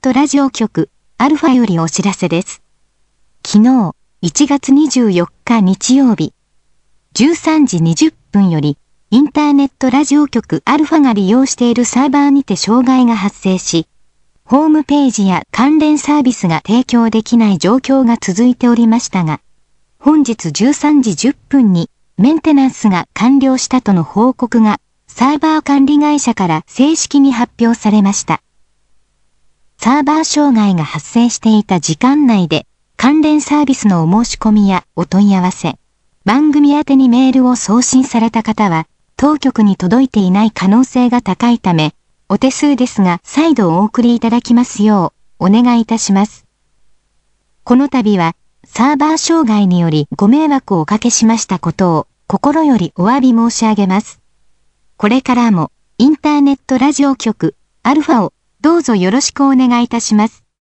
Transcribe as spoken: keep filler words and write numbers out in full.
トラジオ局アルファよりお知らせです。昨日いちがつにじゅうよっか日曜日じゅうさんじにじゅっぷんよりインターネットラジオ局アルファが利用しているサーバーにて障害が発生し、ホームページや関連サービスが提供できない状況が続いておりましたが、本日じゅうさんじじゅっぷんにメンテナンスが完了したとの報告がサーバー管理会社から正式に発表されました。サーバー障害が発生していた時間内で関連サービスのお申し込みやお問い合わせ、番組宛てにメールを送信された方は当局に届いていない可能性が高いため、お手数ですが再度お送りいただきますようお願いいたします。この度はサーバー障害によりご迷惑をおかけしましたことを心よりお詫び申し上げます。これからもインターネットラジオ局アルファをどうぞよろしくお願いいたします。